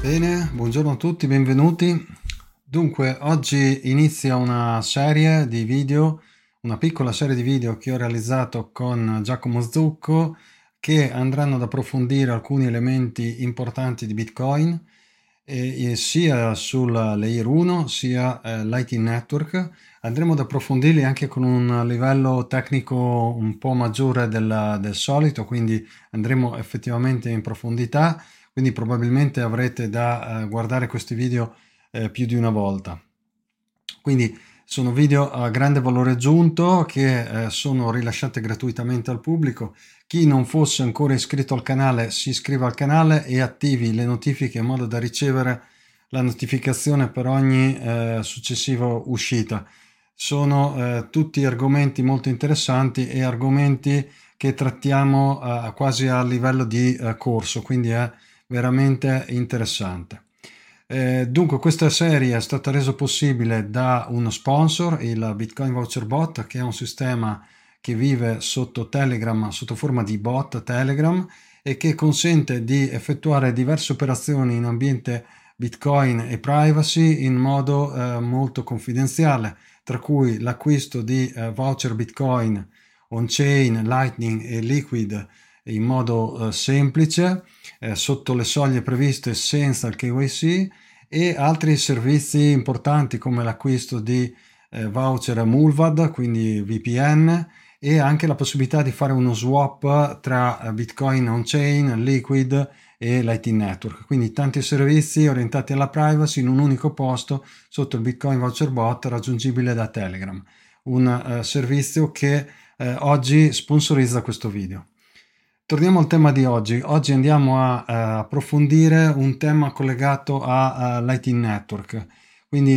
Bene, buongiorno a tutti, benvenuti. Dunque, oggi inizia una serie di video, una piccola serie di video che ho realizzato con Giacomo Zucco che andranno ad approfondire alcuni elementi importanti di Bitcoin, sia sul Layer 1 sia Lightning Network. Andremo ad approfondirli anche con un livello tecnico un po' maggiore del solito, quindi andremo effettivamente in profondità, quindi probabilmente avrete da guardare questi video più di una volta. Quindi sono video a grande valore aggiunto che sono rilasciati gratuitamente al pubblico. Chi non fosse ancora iscritto al canale si iscriva al canale e attivi le notifiche in modo da ricevere la notificazione per ogni successiva uscita. Sono tutti argomenti molto interessanti e argomenti che trattiamo quasi a livello di corso, quindi è veramente interessante. Dunque, questa serie è stata resa possibile da uno sponsor, il Bitcoin Voucher Bot, che è un sistema che vive sotto Telegram, sotto forma di bot Telegram, e che consente di effettuare diverse operazioni in ambiente Bitcoin e privacy in modo molto confidenziale, tra cui l'acquisto di voucher Bitcoin on-chain, Lightning e Liquid in modo semplice, sotto le soglie previste senza il KYC, e altri servizi importanti come l'acquisto di voucher Mulvad, quindi VPN, e anche la possibilità di fare uno swap tra Bitcoin on-chain, Liquid e Lightning Network. Quindi tanti servizi orientati alla privacy in un unico posto sotto il Bitcoin Voucher Bot raggiungibile da Telegram, un servizio che oggi sponsorizza questo video. Torniamo al tema di oggi. Oggi andiamo a approfondire un tema collegato a Lightning Network, quindi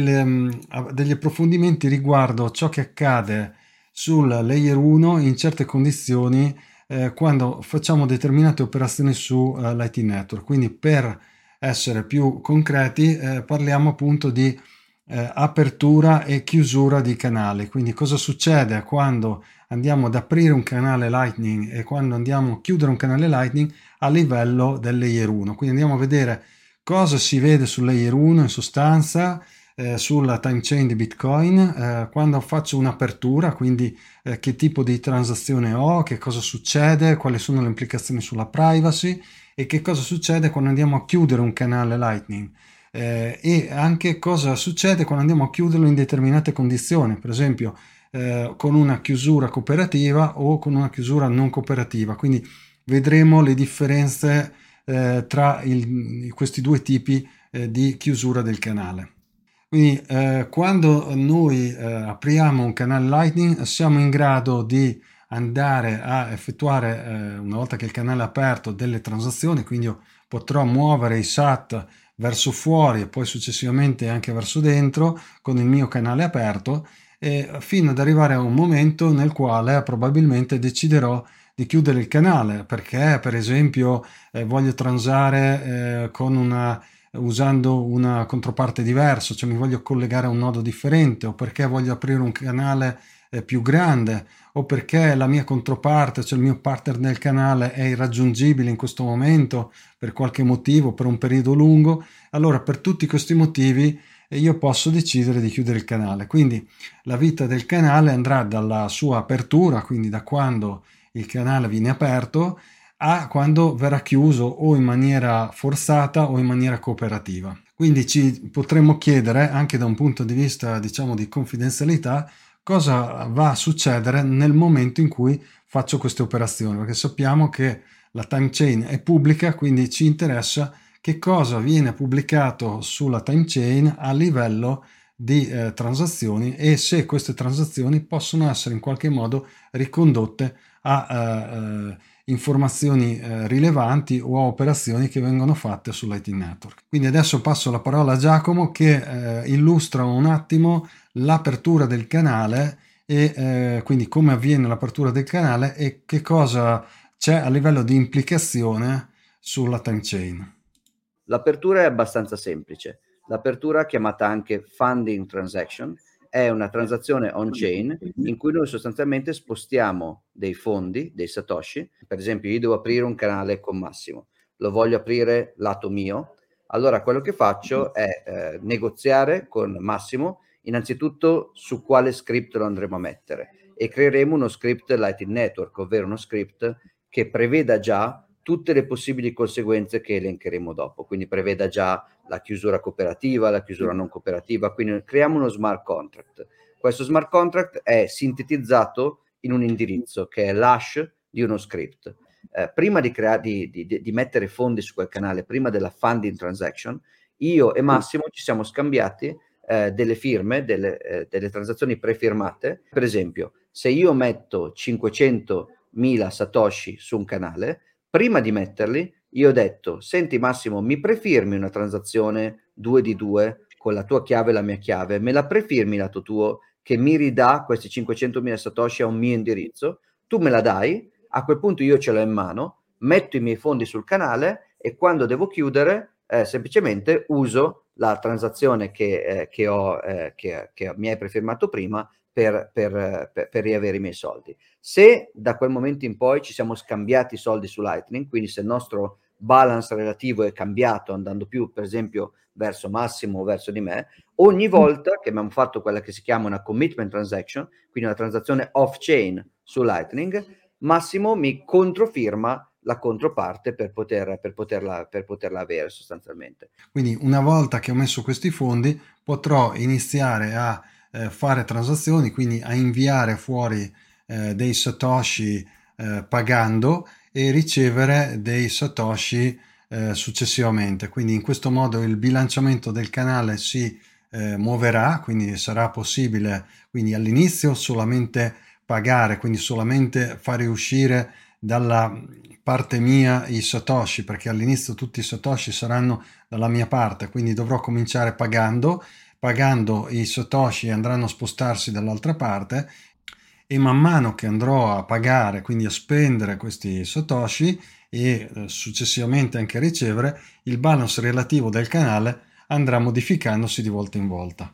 degli approfondimenti riguardo ciò che accade sul layer 1 in certe condizioni quando facciamo determinate operazioni su Lightning Network. Quindi per essere più concreti parliamo appunto di apertura e chiusura di canali. Quindi cosa succede quando andiamo ad aprire un canale Lightning e quando andiamo a chiudere un canale Lightning a livello del layer 1. Quindi andiamo a vedere cosa si vede sul layer 1 in sostanza, sulla time chain di Bitcoin, quando faccio un'apertura, quindi che tipo di transazione ho, che cosa succede, quali sono le implicazioni sulla privacy e che cosa succede quando andiamo a chiudere un canale Lightning. E anche cosa succede quando andiamo a chiuderlo in determinate condizioni, per esempio con una chiusura cooperativa o con una chiusura non cooperativa. Quindi vedremo le differenze tra questi due tipi di chiusura del canale. Quindi quando noi apriamo un canale Lightning siamo in grado di andare a effettuare, una volta che il canale è aperto, delle transazioni, quindi io potrò muovere i SAT verso fuori e poi successivamente anche verso dentro con il mio canale aperto, fino ad arrivare a un momento nel quale probabilmente deciderò di chiudere il canale perché per esempio voglio transare usando una controparte diversa, cioè mi voglio collegare a un nodo differente, o perché voglio aprire un canale più grande, o perché la mia controparte, cioè il mio partner nel canale è irraggiungibile in questo momento per qualche motivo, per un periodo lungo. Allora per tutti questi motivi io posso decidere di chiudere il canale. Quindi la vita del canale andrà dalla sua apertura, quindi da quando il canale viene aperto, a quando verrà chiuso o in maniera forzata o in maniera cooperativa. Quindi ci potremmo chiedere, anche da un punto di vista, diciamo, di confidenzialità, cosa va a succedere nel momento in cui faccio queste operazioni, perché sappiamo che la time chain è pubblica, quindi ci interessa che cosa viene pubblicato sulla time chain a livello di transazioni e se queste transazioni possono essere in qualche modo ricondotte a informazioni rilevanti o a operazioni che vengono fatte su Lightning Network. Quindi adesso passo la parola a Giacomo che illustra un attimo l'apertura del canale e quindi come avviene l'apertura del canale e che cosa c'è a livello di implicazione sulla time chain. L'apertura è abbastanza semplice. L'apertura, chiamata anche funding transaction, è una transazione on-chain in cui noi sostanzialmente spostiamo dei fondi, dei satoshi. Per esempio, io devo aprire un canale con Massimo, lo voglio aprire lato mio, Allora quello che faccio è negoziare con Massimo innanzitutto su quale script lo andremo a mettere, e creeremo uno script Lightning Network, ovvero uno script che preveda già tutte le possibili conseguenze che elencheremo dopo, quindi preveda già la chiusura cooperativa, la chiusura non cooperativa, quindi creiamo uno smart contract. Questo smart contract è sintetizzato in un indirizzo che è l'hash di uno script. Prima di mettere fondi su quel canale, prima della funding transaction, io e Massimo ci siamo scambiati delle firme, delle transazioni prefirmate. Per esempio, se io metto 500.000 Satoshi su un canale, prima di metterli, io ho detto, senti Massimo, mi prefirmi una transazione 2 di 2 con la tua chiave e la mia chiave, me la prefirmi lato tuo che mi ridà questi 500.000 Satoshi a un mio indirizzo, tu me la dai, a quel punto io ce l'ho in mano, metto i miei fondi sul canale e quando devo chiudere semplicemente uso la transazione che mi hai prefirmato prima per riavere i miei soldi. Se da quel momento in poi ci siamo scambiati soldi su Lightning, quindi se il nostro balance relativo è cambiato andando più per esempio verso Massimo o verso di me, ogni volta che abbiamo fatto quella che si chiama una commitment transaction, quindi una transazione off-chain su Lightning, Massimo mi controfirma la controparte per poterla avere sostanzialmente. Quindi una volta che ho messo questi fondi potrò iniziare a fare transazioni, quindi a inviare fuori dei Satoshi pagando e ricevere dei Satoshi successivamente. Quindi in questo modo il bilanciamento del canale si muoverà, quindi sarà possibile quindi all'inizio solamente pagare, quindi solamente fare uscire dalla parte mia i Satoshi, perché all'inizio tutti i Satoshi saranno dalla mia parte, quindi dovrò cominciare pagando i Satoshi andranno a spostarsi dall'altra parte e man mano che andrò a pagare, quindi a spendere questi Satoshi e successivamente anche a ricevere, il balance relativo del canale andrà modificandosi di volta in volta.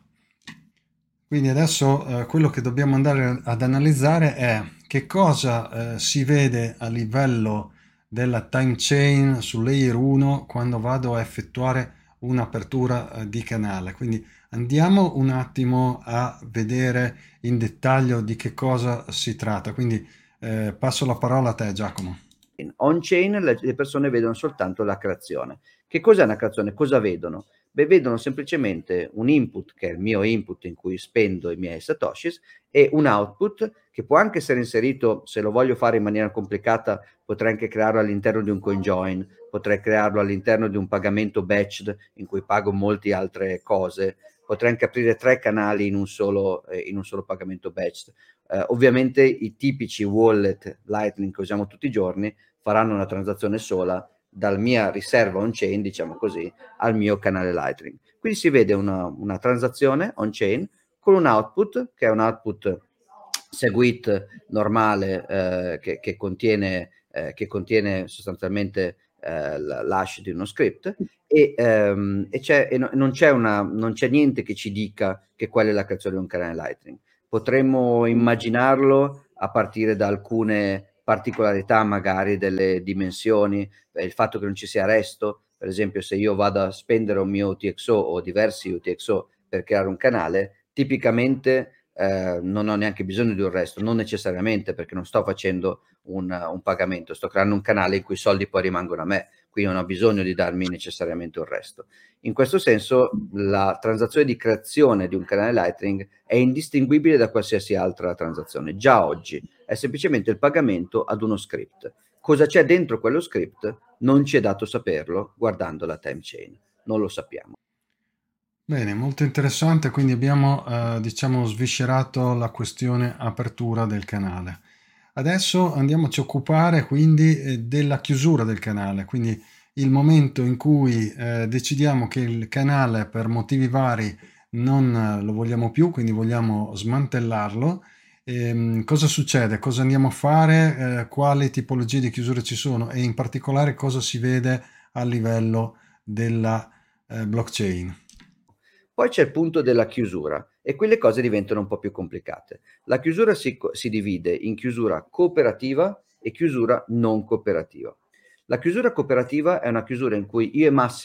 Quindi adesso quello che dobbiamo andare ad analizzare è che cosa si vede a livello della time chain su layer 1 quando vado a effettuare un'apertura di canale. Quindi andiamo un attimo a vedere in dettaglio di che cosa si tratta. Quindi passo la parola a te, Giacomo. On-chain le persone vedono soltanto la creazione. Che cos'è una creazione? Cosa vedono? Beh, vedono semplicemente un input, che è il mio input in cui spendo i miei satoshis, e un output che può anche essere inserito, se lo voglio fare in maniera complicata, potrei anche crearlo all'interno di un CoinJoin, potrei crearlo all'interno di un pagamento batched in cui pago molte altre cose, potrei anche aprire 3 canali in un solo pagamento batched. Ovviamente i tipici wallet Lightning che usiamo tutti i giorni faranno una transazione sola dalla mia riserva on-chain, diciamo così, al mio canale Lightning. Quindi si vede una transazione on-chain con un output, che è un output SegWit normale che contiene sostanzialmente l'hash di uno script e non c'è niente che ci dica che quella è la creazione di un canale Lightning. Potremmo immaginarlo a partire da alcune particolarità magari delle dimensioni, il fatto che non ci sia resto, per esempio se io vado a spendere un mio UTXO o diversi UTXO per creare un canale, tipicamente non ho neanche bisogno di un resto, non necessariamente perché non sto facendo un pagamento, sto creando un canale in cui i soldi poi rimangono a me, quindi non ho bisogno di darmi necessariamente un resto. In questo senso la transazione di creazione di un canale Lightning è indistinguibile da qualsiasi altra transazione. Già oggi è semplicemente il pagamento ad uno script. Cosa c'è dentro quello script? Non ci è dato saperlo guardando la time chain, non lo sappiamo. Bene, molto interessante, quindi abbiamo diciamo sviscerato la questione apertura del canale. Adesso andiamoci a occupare quindi della chiusura del canale, quindi il momento in cui decidiamo che il canale per motivi vari non lo vogliamo più, quindi vogliamo smantellarlo. Cosa succede? Cosa andiamo a fare? Quali tipologie di chiusure ci sono e in particolare cosa si vede a livello della blockchain? Poi c'è il punto della chiusura e qui le cose diventano un po' più complicate. La chiusura si divide in chiusura cooperativa e chiusura non cooperativa. La chiusura cooperativa è una chiusura in cui io e Massimo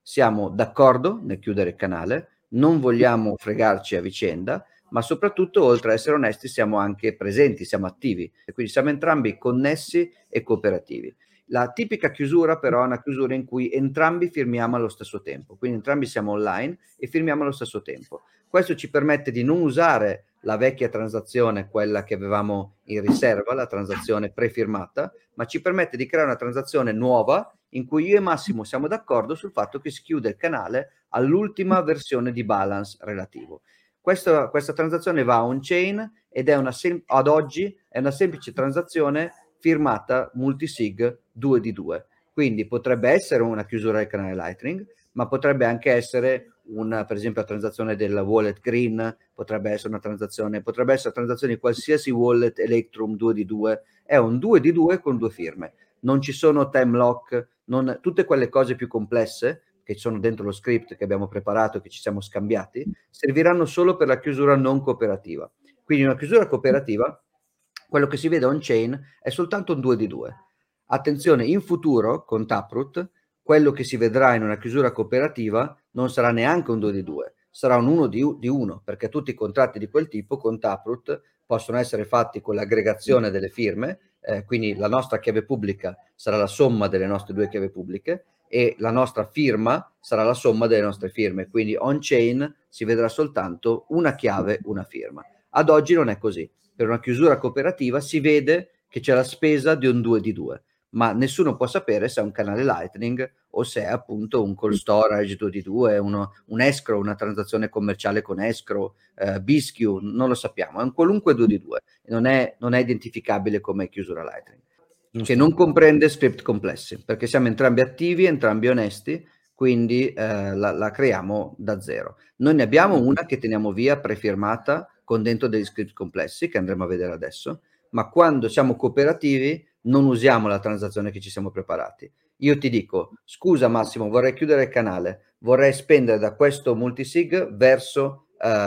siamo d'accordo nel chiudere il canale, non vogliamo fregarci a vicenda, ma soprattutto, oltre a essere onesti, siamo anche presenti, siamo attivi, e quindi siamo entrambi connessi e cooperativi. La tipica chiusura però è una chiusura in cui entrambi firmiamo allo stesso tempo, quindi entrambi siamo online e firmiamo allo stesso tempo. Questo ci permette di non usare la vecchia transazione, quella che avevamo in riserva, la transazione prefirmata, ma ci permette di creare una transazione nuova in cui io e Massimo siamo d'accordo sul fatto che si chiude il canale all'ultima versione di balance relativo. Questa transazione va on-chain ed è ad oggi è una semplice transazione firmata multisig 2 di 2. Quindi potrebbe essere una chiusura del canale Lightning, ma potrebbe anche essere per esempio la transazione del wallet Green, potrebbe essere transazione di qualsiasi wallet Electrum 2 di 2, è un 2 di 2 con due firme. Non ci sono time lock, tutte quelle cose più complesse che sono dentro lo script che abbiamo preparato e che ci siamo scambiati, serviranno solo per la chiusura non cooperativa. Quindi una chiusura cooperativa, quello che si vede on-chain è soltanto un 2 di 2. Attenzione, in futuro con Taproot, quello che si vedrà in una chiusura cooperativa non sarà neanche un 2 di 2, sarà un 1 di 1, perché tutti i contratti di quel tipo con Taproot possono essere fatti con l'aggregazione delle firme, quindi la nostra chiave pubblica sarà la somma delle nostre due chiavi pubbliche e la nostra firma sarà la somma delle nostre firme, quindi on-chain si vedrà soltanto una chiave, una firma. Ad oggi non è così. Per una chiusura cooperativa si vede che c'è la spesa di un 2 di 2, ma nessuno può sapere se è un canale Lightning o se è appunto un cold storage 2 di 2, un escrow, una transazione commerciale con escrow, BSQ, non lo sappiamo, è un qualunque 2 di 2, non è identificabile come chiusura Lightning. Giusto. Che non comprende script complessi, perché siamo entrambi attivi, entrambi onesti, quindi la creiamo da zero. Noi ne abbiamo una che teniamo via prefirmata con dentro degli script complessi, che andremo a vedere adesso, ma quando siamo cooperativi non usiamo la transazione che ci siamo preparati. Io ti dico, scusa Massimo, vorrei chiudere il canale, vorrei spendere da questo multisig verso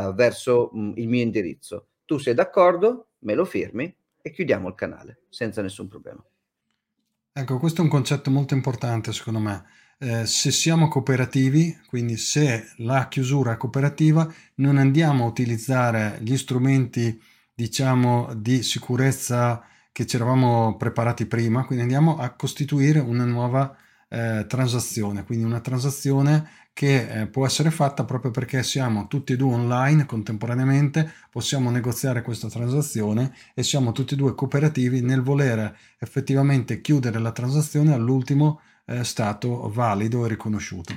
il mio indirizzo. Tu sei d'accordo, me lo firmi e chiudiamo il canale senza nessun problema. Ecco, questo è un concetto molto importante secondo me. Se siamo cooperativi, quindi se la chiusura è cooperativa, non andiamo a utilizzare gli strumenti, diciamo, di sicurezza che ci eravamo preparati prima, quindi andiamo a costituire una nuova transazione, quindi una transazione che può essere fatta proprio perché siamo tutti e due online contemporaneamente, possiamo negoziare questa transazione e siamo tutti e due cooperativi nel volere effettivamente chiudere la transazione all'ultimo stato valido e riconosciuto.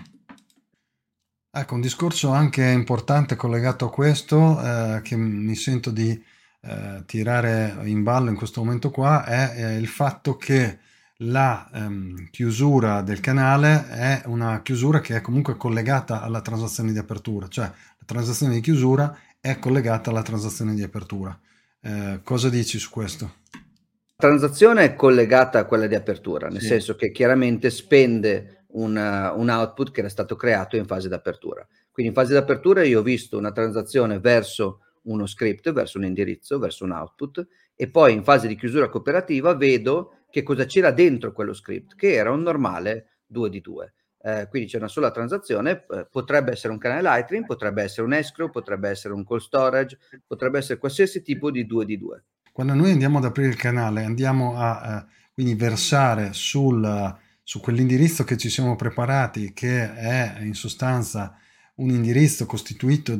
Ecco, un discorso anche importante collegato a questo che mi sento di tirare in ballo in questo momento qua è il fatto che la chiusura del canale è una chiusura che è comunque collegata alla transazione di apertura, cioè la transazione di chiusura è collegata alla transazione di apertura. Cosa dici su questo? La transazione è collegata a quella di apertura, nel senso che chiaramente spende un output che era stato creato in fase d'apertura. Quindi in fase d'apertura io ho visto una transazione verso uno script, verso un indirizzo, verso un output, e poi in fase di chiusura cooperativa vedo che cosa c'era dentro quello script, che era un normale 2 di 2. Quindi c'è una sola transazione, potrebbe essere un canale Lightning, potrebbe essere un escrow, potrebbe essere un cold storage, potrebbe essere qualsiasi tipo di 2 di 2. Quando noi andiamo ad aprire il canale, andiamo a quindi versare su quell'indirizzo che ci siamo preparati, che è in sostanza un indirizzo costituito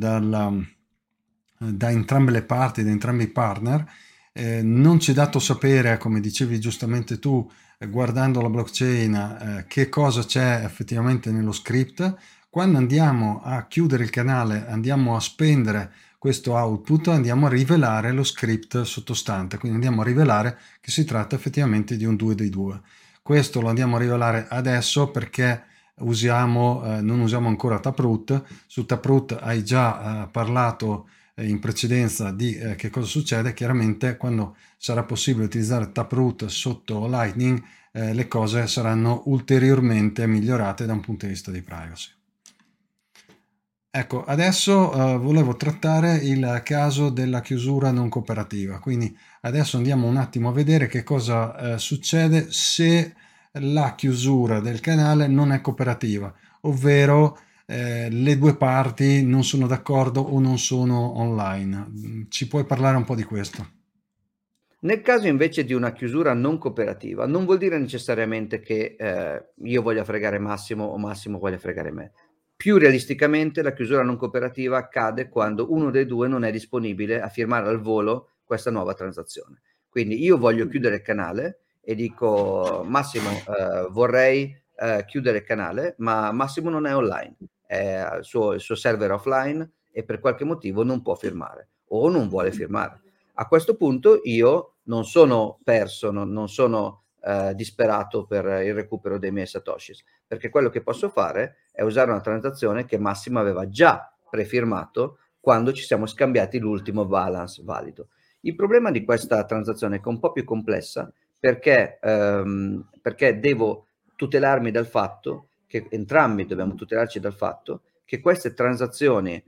da entrambe le parti, da entrambi i partner. Non ci è dato sapere, come dicevi giustamente tu, guardando la blockchain, che cosa c'è effettivamente nello script. Quando andiamo a chiudere il canale, andiamo a spendere questo output, andiamo a rivelare lo script sottostante, quindi andiamo a rivelare che si tratta effettivamente di un 2 dei 2. Questo lo andiamo a rivelare adesso perché non usiamo ancora Taproot. Su Taproot hai già parlato in precedenza di che cosa succede. Chiaramente quando sarà possibile utilizzare Taproot sotto Lightning, le cose saranno ulteriormente migliorate da un punto di vista di privacy. Ecco, adesso volevo trattare il caso della chiusura non cooperativa, quindi adesso andiamo un attimo a vedere che cosa succede se la chiusura del canale non è cooperativa, ovvero le due parti non sono d'accordo o non sono online. Ci puoi parlare un po' di questo? Nel caso invece di una chiusura non cooperativa, non vuol dire necessariamente che io voglia fregare Massimo o Massimo voglia fregare me. Più realisticamente la chiusura non cooperativa accade quando uno dei due non è disponibile a firmare al volo questa nuova transazione. Quindi io voglio chiudere il canale e dico Massimo vorrei chiudere il canale, ma Massimo non è online, il suo server è offline e per qualche motivo non può firmare o non vuole firmare. A questo punto io non sono perso, non sono disperato per il recupero dei miei satoshis, perché quello che posso fare è usare una transazione che Massimo aveva già prefirmato quando ci siamo scambiati l'ultimo balance valido. Il problema di questa transazione è che è un po' più complessa perché devo tutelarmi dal fatto che entrambi dobbiamo tutelarci dal fatto che queste transazioni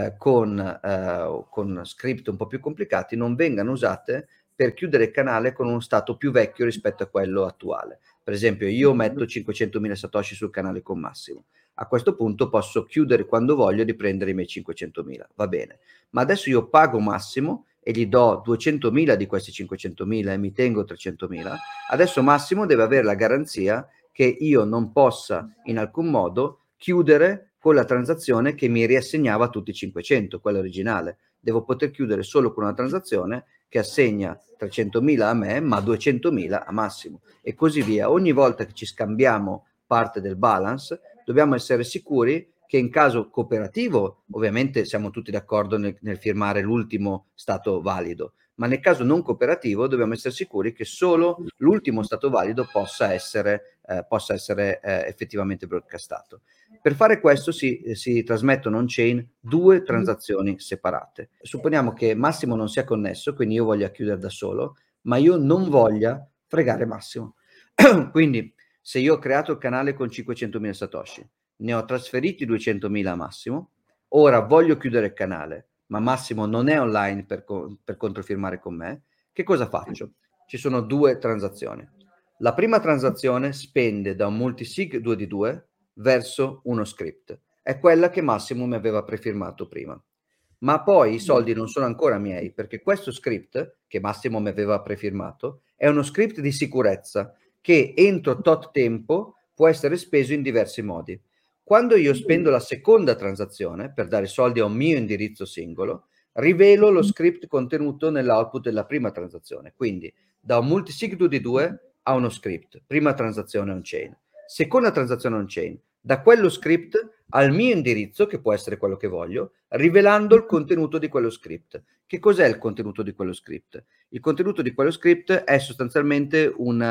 con script un po' più complicati non vengano usate per chiudere il canale con uno stato più vecchio rispetto a quello attuale. Per esempio, io metto 500.000 satoshi sul canale con Massimo. A questo punto posso chiudere quando voglio e riprendere i miei 500.000, va bene. Ma adesso io pago Massimo e gli do 200.000 di questi 500.000 e mi tengo 300.000. Adesso Massimo deve avere la garanzia che io non possa in alcun modo chiudere con la transazione che mi riassegnava tutti i 500, quella originale. Devo poter chiudere solo con una transazione che assegna 300.000 a me, ma 200.000 a Massimo, e così via. Ogni volta che ci scambiamo parte del balance, dobbiamo essere sicuri che in caso cooperativo, ovviamente siamo tutti d'accordo nel firmare l'ultimo stato valido, ma nel caso non cooperativo dobbiamo essere sicuri che solo l'ultimo stato valido possa essere effettivamente broadcastato. Per fare questo si trasmettono on-chain due transazioni separate. Supponiamo che Massimo non sia connesso, quindi io voglia chiudere da solo, ma io non voglia fregare Massimo. Quindi se io ho creato il canale con 500.000 satoshi, ne ho trasferiti 200.000 a Massimo, ora voglio chiudere il canale, ma Massimo non è online per controfirmare con me, che cosa faccio? Ci sono due transazioni. La prima transazione spende da un multisig 2 di 2 verso uno script. È quella che Massimo mi aveva prefirmato prima. Ma poi i soldi non sono ancora miei, perché questo script che Massimo mi aveva prefirmato è uno script di sicurezza che entro tot tempo può essere speso in diversi modi. Quando io spendo la seconda transazione per dare soldi a un mio indirizzo singolo, rivelo lo script contenuto nell'output della prima transazione. Quindi da un multisig 2 di 2 a uno script, prima transazione on-chain. Seconda transazione on-chain, da quello script al mio indirizzo, che può essere quello che voglio, rivelando il contenuto di quello script. Che cos'è il contenuto di quello script? Il contenuto di quello script è sostanzialmente un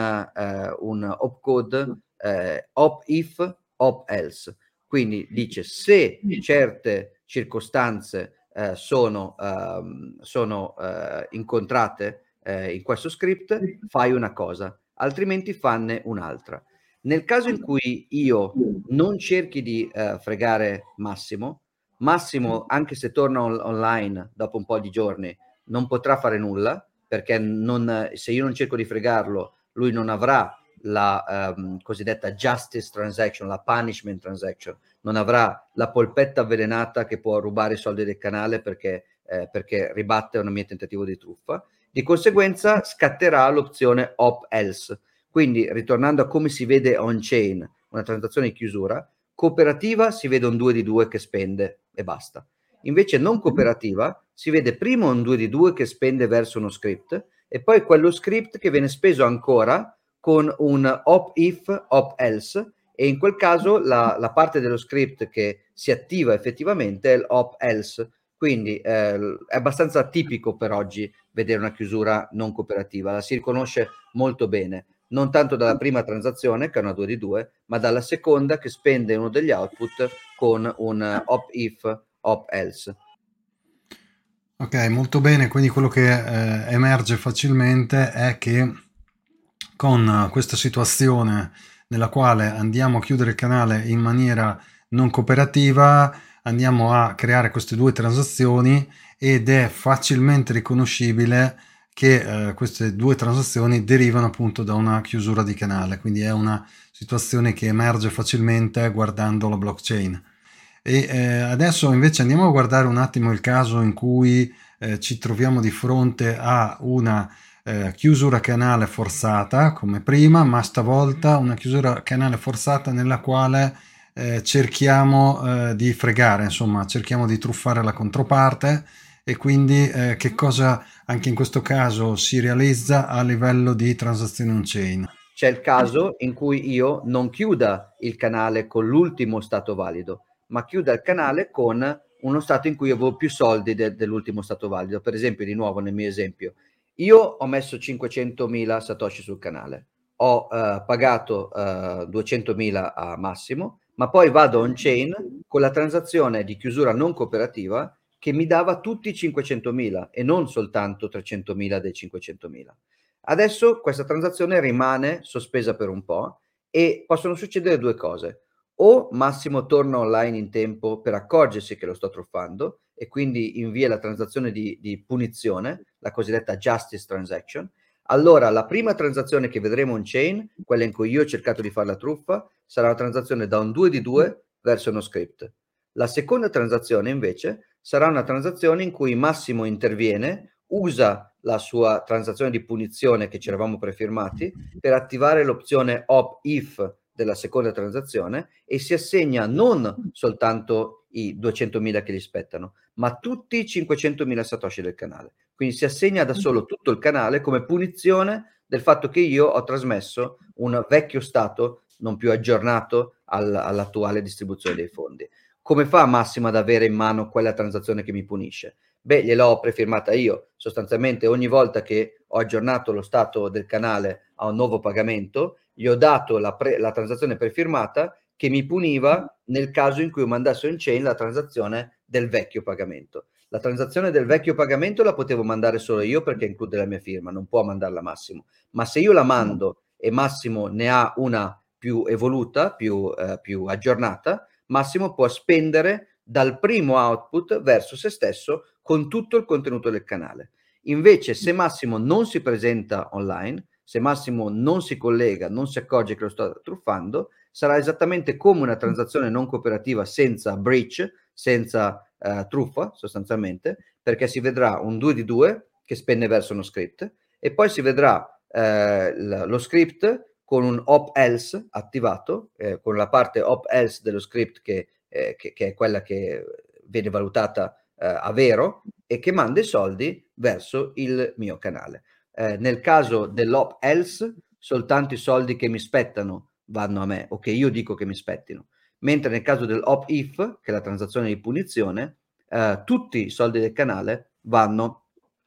opcode op if, op else. Quindi dice se certe circostanze sono incontrate in questo script, fai una cosa, altrimenti fanne un'altra. Nel caso in cui io non cerchi di fregare Massimo, Massimo, anche se torna online dopo un po' di giorni, non potrà fare nulla, perché se io non cerco di fregarlo, lui non avrà la cosiddetta justice transaction, la punishment transaction, non avrà la polpetta avvelenata che può rubare i soldi del canale perché ribatte un mio tentativo di truffa. Di conseguenza scatterà l'opzione op else. Quindi, ritornando a come si vede on-chain una transazione di chiusura, cooperativa si vede un 2 di 2 che spende e basta. Invece non cooperativa si vede prima un 2 di 2 che spende verso uno script e poi quello script che viene speso ancora con un op if, op else, e in quel caso la parte dello script che si attiva effettivamente è l'op else. Quindi è abbastanza tipico per oggi vedere una chiusura non cooperativa, la si riconosce molto bene, non tanto dalla prima transazione che è una 2 di 2, ma dalla seconda che spende uno degli output con un op if, op else. Ok, molto bene, quindi quello che emerge facilmente è che con questa situazione nella quale andiamo a chiudere il canale in maniera non cooperativa, andiamo a creare queste due transazioni ed è facilmente riconoscibile che queste due transazioni derivano appunto da una chiusura di canale, quindi è una situazione che emerge facilmente guardando la blockchain. E adesso invece andiamo a guardare un attimo il caso in cui ci troviamo di fronte a una chiusura canale forzata come prima, ma stavolta una chiusura canale forzata nella quale cerchiamo di fregare, insomma, cerchiamo di truffare la controparte e quindi che cosa anche in questo caso si realizza a livello di transazioni on-chain. C'è il caso in cui io non chiuda il canale con l'ultimo stato valido, ma chiuda il canale con uno stato in cui avevo più soldi dell'ultimo stato valido. Per esempio, di nuovo nel mio esempio, io ho messo 500.000 satoshi sul canale, ho pagato 200.000 a Massimo, ma poi vado on-chain con la transazione di chiusura non cooperativa che mi dava tutti i 500.000 e non soltanto 300.000 dei 500.000. Adesso questa transazione rimane sospesa per un po' e possono succedere due cose. O Massimo torna online in tempo per accorgersi che lo sto truffando e quindi invia la transazione di punizione, la cosiddetta justice transaction. Allora la prima transazione che vedremo on-chain, quella in cui io ho cercato di fare la truffa, sarà una transazione da un 2 di 2 verso uno script. La seconda transazione invece sarà una transazione in cui Massimo interviene, usa la sua transazione di punizione che ci eravamo prefirmati per attivare l'opzione op-if della seconda transazione e si assegna non soltanto i 200.000 che gli spettano, ma tutti i 500.000 satoshi del canale. Quindi si assegna da solo tutto il canale come punizione del fatto che io ho trasmesso un vecchio stato non più aggiornato all'attuale distribuzione dei fondi. Come fa Massimo ad avere in mano quella transazione che mi punisce? Beh, gliel'ho prefirmata io. Sostanzialmente ogni volta che ho aggiornato lo stato del canale a un nuovo pagamento, gli ho dato la transazione prefirmata che mi puniva nel caso in cui io mandassi on-chain la transazione del vecchio pagamento. La transazione del vecchio pagamento la potevo mandare solo io perché include la mia firma, non può mandarla Massimo. Ma se io la mando e Massimo ne ha una più evoluta, più aggiornata, Massimo può spendere dal primo output verso se stesso con tutto il contenuto del canale. Invece, se Massimo non si presenta online, se Massimo non si collega, non si accorge che lo sta truffando, sarà esattamente come una transazione non cooperativa senza breach, senza truffa sostanzialmente, perché si vedrà un 2 di 2 che spende verso uno script e poi si vedrà lo script con un op-else attivato, con la parte op-else dello script che è quella che viene valutata a vero e che manda i soldi verso il mio canale. Nel caso dell'op-else, soltanto i soldi che mi spettano vanno a me o che io dico che mi spettino, mentre nel caso dell'op-if, che è la transazione di punizione, tutti i soldi del canale vanno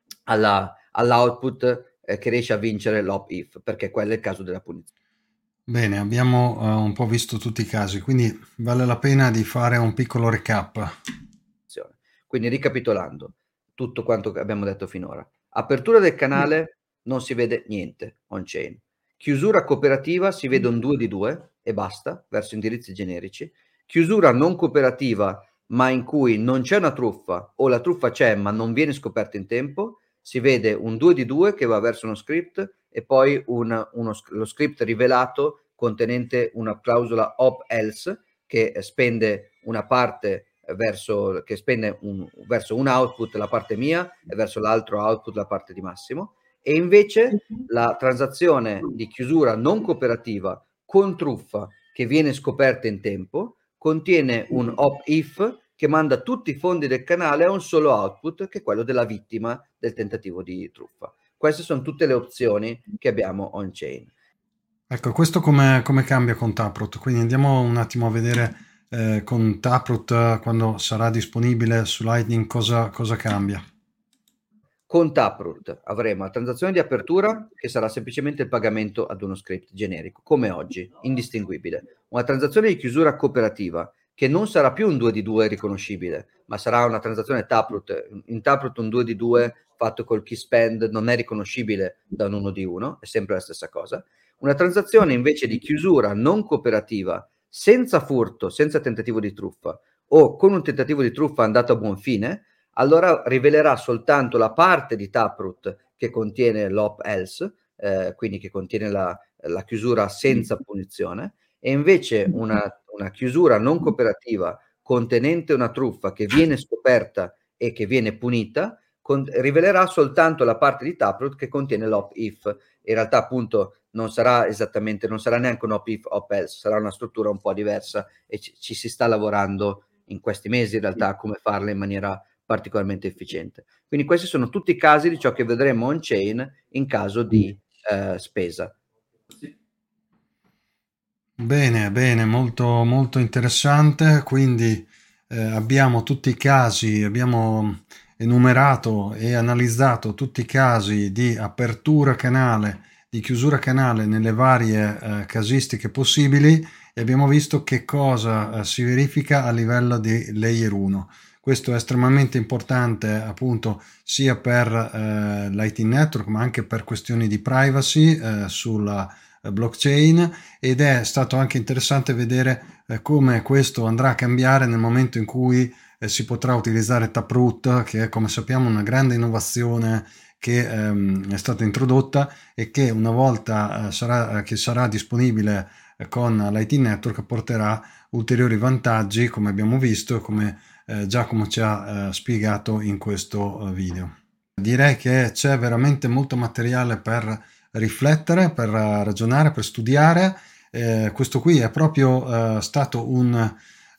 all'output che riesce a vincere l'op-if, perché quello è il caso della punizione. Bene, abbiamo un po' visto tutti i casi, quindi vale la pena di fare un piccolo recap. Quindi ricapitolando tutto quanto abbiamo detto finora. Apertura del canale non si vede niente on-chain. Chiusura cooperativa si vede un 2 di 2 e basta, verso indirizzi generici. Chiusura non cooperativa ma in cui non c'è una truffa o la truffa c'è ma non viene scoperta in tempo, si vede un 2 di 2 che va verso uno script e poi lo script rivelato contenente una clausola op-else che spende una parte verso un output la parte mia e verso l'altro output la parte di Massimo, e invece la transazione di chiusura non cooperativa con truffa che viene scoperta in tempo contiene un op-if che manda tutti i fondi del canale a un solo output, che è quello della vittima del tentativo di truffa. Queste sono tutte le opzioni che abbiamo on-chain. Ecco, questo come cambia con Taproot? Quindi andiamo un attimo a vedere con Taproot quando sarà disponibile su Lightning cosa cambia. Con Taproot avremo la transazione di apertura che sarà semplicemente il pagamento ad uno script generico, come oggi, indistinguibile. Una transazione di chiusura cooperativa che non sarà più un 2 di 2 riconoscibile, ma sarà una transazione Taproot. In Taproot un 2 di 2 fatto col key spend non è riconoscibile da un 1 di 1, è sempre la stessa cosa. Una transazione invece di chiusura non cooperativa, senza furto, senza tentativo di truffa, o con un tentativo di truffa andato a buon fine, allora rivelerà soltanto la parte di Taproot che contiene l'op else, quindi che contiene la chiusura senza punizione, e invece una chiusura non cooperativa contenente una truffa che viene scoperta e che viene punita, rivelerà soltanto la parte di Taproot che contiene l'op if. In realtà appunto non sarà neanche un op if op else, sarà una struttura un po' diversa, e ci si sta lavorando in questi mesi in realtà a come farla in maniera particolarmente efficiente. Quindi questi sono tutti i casi di ciò che vedremo on-chain in caso di spesa. Bene, bene, molto, molto interessante. Quindi abbiamo tutti i casi, abbiamo enumerato e analizzato tutti i casi di apertura canale, di chiusura canale nelle varie casistiche possibili, e abbiamo visto che cosa si verifica a livello di layer 1. Questo è estremamente importante appunto sia per l'Lightning Network, ma anche per questioni di privacy sulla blockchain, ed è stato anche interessante vedere come questo andrà a cambiare nel momento in cui si potrà utilizzare Taproot, che è, come sappiamo, una grande innovazione che è stata introdotta e che una volta sarà disponibile con Lightning Network porterà ulteriori vantaggi, come abbiamo visto e come Giacomo ci ha spiegato in questo video. Direi che c'è veramente molto materiale per riflettere, per ragionare, per studiare. Questo qui è proprio stato un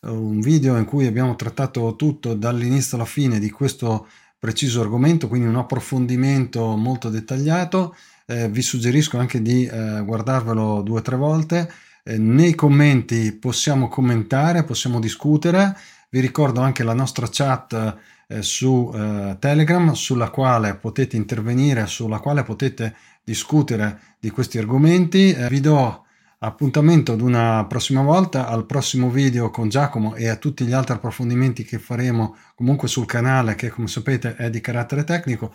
video in cui abbiamo trattato tutto dall'inizio alla fine di questo preciso argomento, quindi un approfondimento molto dettagliato. Vi suggerisco anche di guardarvelo 2 o 3 volte. Nei commenti possiamo commentare, possiamo discutere. Vi ricordo anche la nostra chat su Telegram, sulla quale potete intervenire, sulla quale potete discutere di questi argomenti. Vi do appuntamento ad una prossima volta, al prossimo video con Giacomo e a tutti gli altri approfondimenti che faremo comunque sul canale, che come sapete è di carattere tecnico.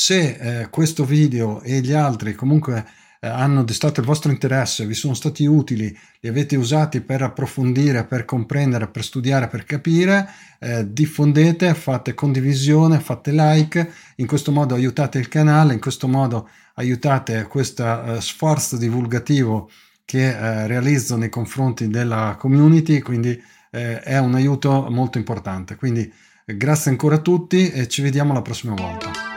Se questo video e gli altri comunque hanno destato il vostro interesse, vi sono stati utili, li avete usati per approfondire, per comprendere, per studiare, per capire, diffondete, fate condivisione, fate like, in questo modo aiutate il canale, in questo modo aiutate questo sforzo divulgativo che realizzo nei confronti della community, quindi è un aiuto molto importante. Quindi grazie ancora a tutti e ci vediamo la prossima volta.